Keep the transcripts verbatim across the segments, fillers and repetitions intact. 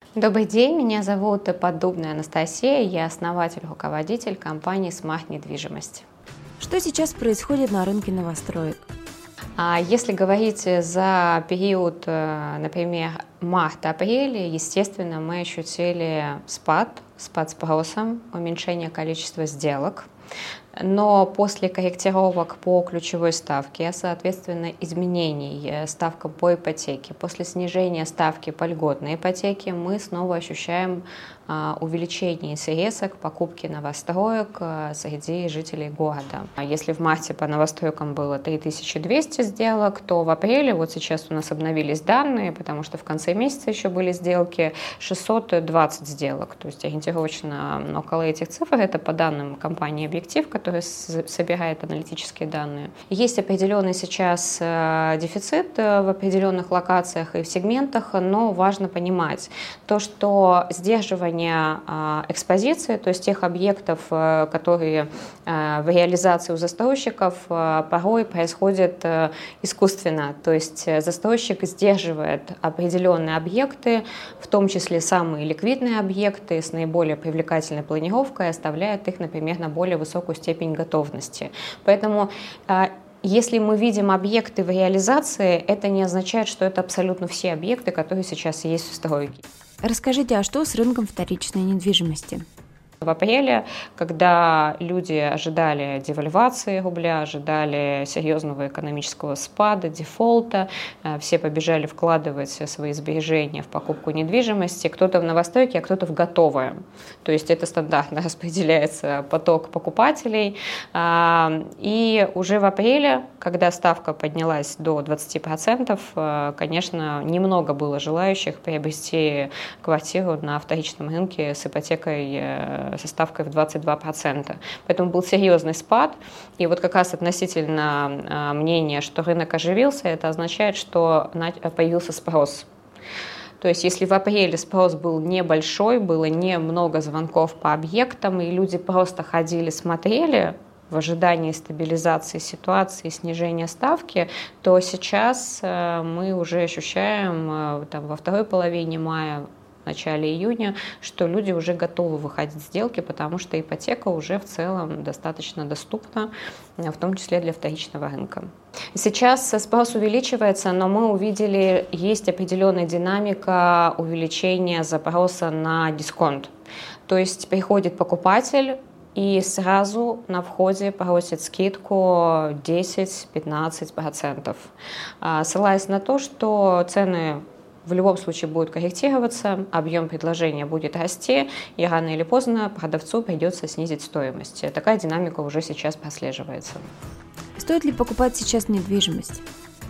Добрый день, меня зовут Поддубная Анастасия, я основатель, руководитель компании Smart Недвижимость. Что сейчас происходит на рынке новостроек? А если говорить за период, например, март-апрель, естественно, мы ощутили спад, спад спроса, уменьшение количества сделок. Но после корректировок по ключевой ставке, соответственно, изменений ставка по ипотеке, после снижения ставки по льготной ипотеке, мы снова ощущаем увеличение интереса к покупке новостроек среди жителей города. Если в марте по новостройкам было три тысячи двести сделок, то в апреле, вот сейчас у нас обновились данные, потому что в конце месяца еще были сделки, шестьсот двадцать сделок. То есть ориентировочно около этих цифр, это по данным компании «Объектив», которая собирает аналитические данные. Есть определенный сейчас дефицит в определенных локациях и в сегментах, но важно понимать то, что сдерживание экспозиции, то есть тех объектов, которые в реализации у застройщиков, порой происходит искусственно. То есть застройщик сдерживает определенные объекты, в том числе самые ликвидные объекты с наиболее привлекательной планировкой, и оставляет их, например, на более высокую степень готовности. Поэтому если мы видим объекты в реализации, это не означает, что это абсолютно все объекты, которые сейчас есть в стройке. Расскажите, а что с рынком вторичной недвижимости? В апреле, когда люди ожидали девальвации рубля, ожидали серьезного экономического спада, дефолта, все побежали вкладывать свои сбережения в покупку недвижимости, кто-то в новостройки, а кто-то в готовое. То есть это стандартно распределяется поток покупателей. И уже в апреле, когда ставка поднялась до двадцати процентов, конечно, немного было желающих приобрести квартиру на вторичном рынке с ипотекой со ставкой в двадцать два процента. Поэтому был серьезный спад. И вот как раз относительно мнения, что рынок оживился, это означает, что появился спрос. То есть если в апреле спрос был небольшой, было немного звонков по объектам, и люди просто ходили, смотрели в ожидании стабилизации ситуации и снижения ставки, то сейчас мы уже ощущаем там, во второй половине мая, в начале июня, что люди уже готовы выходить в сделки, потому что ипотека уже в целом достаточно доступна, в том числе для вторичного рынка. Сейчас спрос увеличивается, но мы увидели, есть определенная динамика увеличения запроса на дисконт. То есть приходит покупатель и сразу на входе просит скидку десять-пятнадцать процентов, ссылаясь на то, что цены в любом случае будет корректироваться, объем предложения будет расти, и рано или поздно продавцу придется снизить стоимость. Такая динамика уже сейчас прослеживается. Стоит ли покупать сейчас недвижимость?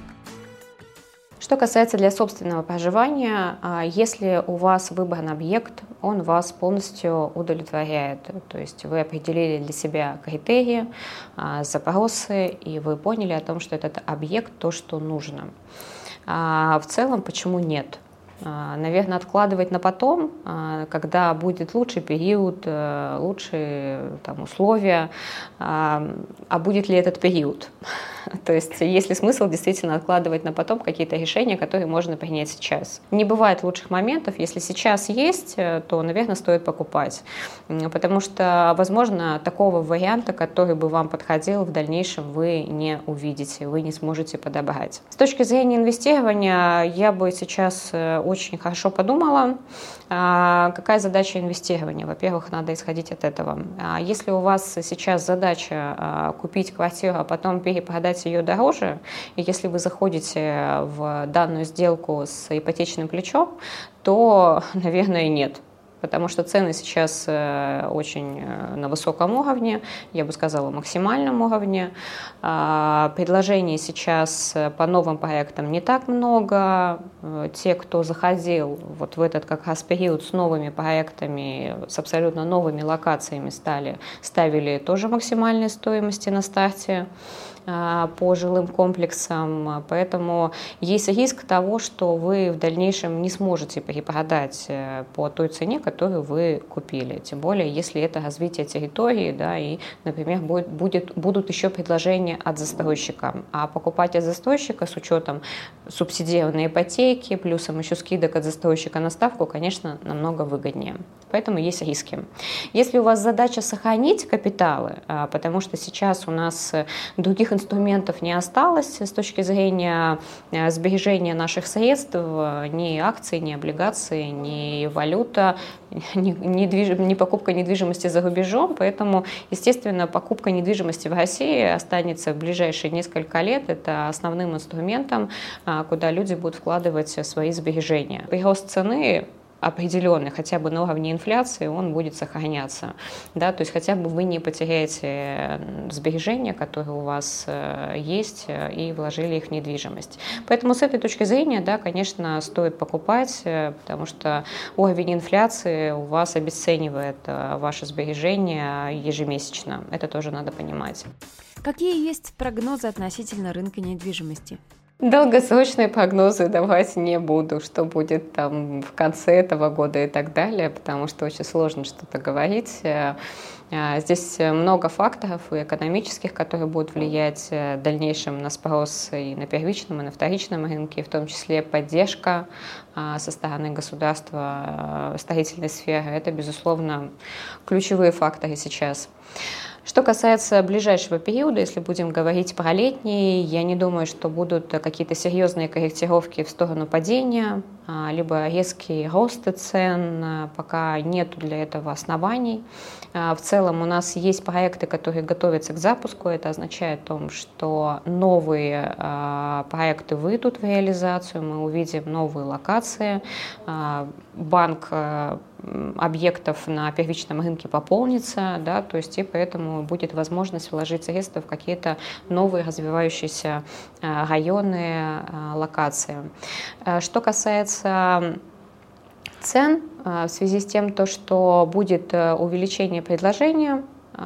Что касается для собственного проживания, если у вас выбран объект, он вас полностью удовлетворяет. То есть вы определили для себя критерии, запросы, и вы поняли о том, что этот объект то, что нужно. А в целом, почему нет? Наверное, откладывать на потом, когда будет лучший период, лучшие там, условия, а будет ли этот период? То есть есть ли смысл действительно откладывать на потом какие-то решения, которые можно принять сейчас? Не бывает лучших моментов. Если сейчас есть, то, наверное, стоит покупать. Потому что, возможно, такого варианта, который бы вам подходил, в дальнейшем вы не увидите, вы не сможете подобрать. С точки зрения инвестирования, я бы сейчас очень хорошо подумала, какая задача инвестирования. Во-первых, надо исходить от этого. Если у вас сейчас задача купить квартиру, а потом перепродать ее дороже, и если вы заходите в данную сделку с ипотечным плечом, то, наверное, нет. Потому что цены сейчас очень на высоком уровне, я бы сказала, максимальном уровне. Предложений сейчас по новым проектам не так много. Те, кто заходил вот в этот как раз период с новыми проектами, с абсолютно новыми локациями, стали, ставили тоже максимальные стоимости на старте. по жилым комплексам, поэтому есть риск того, что вы в дальнейшем не сможете перепродать по той цене, которую вы купили. Тем более, если это развитие территории, да, и, например, будет, будет, будут еще предложения от застройщика. А покупать от застройщика с учетом субсидированной ипотеки, плюсом еще скидок от застройщика на ставку, конечно, намного выгоднее. Поэтому есть риски. Если у вас задача сохранить капиталы, потому что сейчас у нас других инструментов не осталось с точки зрения сбережения наших средств, ни акции, ни облигации, ни валюта, ни, ни, движ... ни покупка недвижимости за рубежом, поэтому, естественно, покупка недвижимости в России останется в ближайшие несколько лет. Это основным инструментом, куда люди будут вкладывать свои сбережения. Прирост цены определенный, хотя бы на уровне инфляции, он будет сохраняться. Да? То есть хотя бы вы не потеряете сбережения, которые у вас есть, и вложили их в недвижимость. Поэтому с этой точки зрения, да, конечно, стоит покупать, потому что уровень инфляции у вас обесценивает ваши сбережения ежемесячно. Это тоже надо понимать. Какие есть прогнозы относительно рынка недвижимости? Долгосрочные прогнозы давать не буду, что будет там в конце этого года и так далее, потому что очень сложно что-то говорить. Здесь много факторов и экономических, которые будут влиять в дальнейшем на спрос и на первичном, и на вторичном рынке, в том числе поддержка со стороны государства строительной сферы. Это, безусловно, ключевые факторы сейчас. Что касается ближайшего периода, если будем говорить про летний, я не думаю, что будут какие-то серьезные корректировки в сторону падения, либо резкие росты цен, пока нет для этого оснований. В целом у нас есть проекты, которые готовятся к запуску. Это означает, что новые проекты выйдут в реализацию, мы увидим новые локации. Банк объектов на первичном рынке пополнится, да, то есть и поэтому будет возможность вложить средства в какие-то новые развивающиеся районы, локации. Что касается цен, в связи с тем, то, что будет увеличение предложения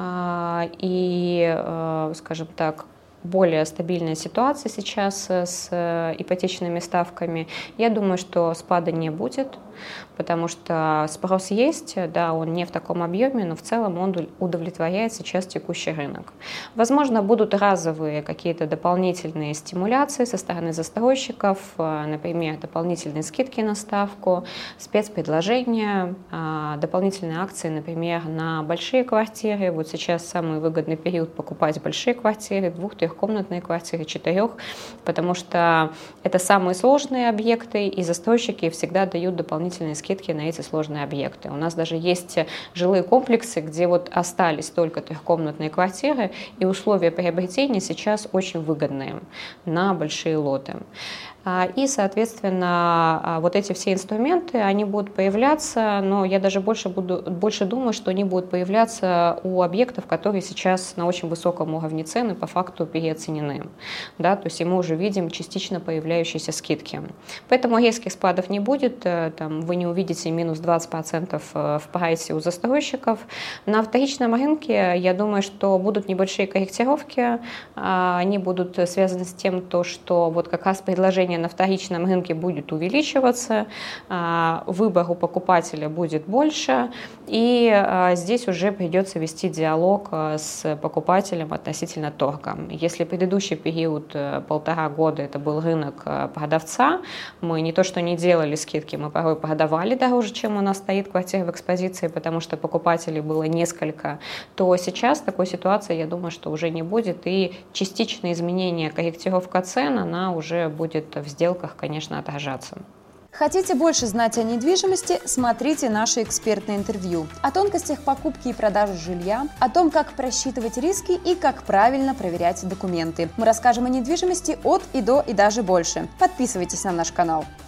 и, скажем так, более стабильная ситуация сейчас с ипотечными ставками, я думаю, что спада не будет, потому что спрос есть, да, он не в таком объеме, но в целом он удовлетворяет сейчас текущий рынок. Возможно, будут разовые какие-то дополнительные стимуляции со стороны застройщиков, например, дополнительные скидки на ставку, спецпредложения, дополнительные акции, например, на большие квартиры. Вот сейчас самый выгодный период покупать большие квартиры, двух- трехкомнатные квартиры, четырех, потому что это самые сложные объекты, и застройщики всегда дают дополнительные скидки на эти сложные объекты. У нас даже есть жилые комплексы, где вот остались только трехкомнатные квартиры, и условия приобретения сейчас очень выгодные на большие лоты. И, соответственно, вот эти все инструменты, они будут появляться, но я даже больше, буду, больше думаю, что они будут появляться у объектов, которые сейчас на очень высоком уровне цены по факту переоценены. Да, то есть мы уже видим частично появляющиеся скидки. Поэтому резких спадов не будет, там, вы не увидите минус двадцать процентов в прайсе у застройщиков. На вторичном рынке, я думаю, что будут небольшие корректировки, они будут связаны с тем, то, что вот как раз предложение на вторичном рынке будет увеличиваться, выбор у покупателя будет больше, и здесь уже придется вести диалог с покупателем относительно торга. Если предыдущий период, полтора года, это был рынок продавца, мы не то что не делали скидки, мы порой продавали дороже, чем у нас стоит квартира в экспозиции, потому что покупателей было несколько, то сейчас такой ситуации, я думаю, что уже не будет, и частичное изменение, корректировка цен, она уже будет в сделках, конечно, отражаться. Хотите больше знать о недвижимости? Смотрите наши экспертные интервью о тонкостях покупки и продажи жилья, о том, как просчитывать риски и как правильно проверять документы. Мы расскажем о недвижимости от и до и даже больше. Подписывайтесь на наш канал.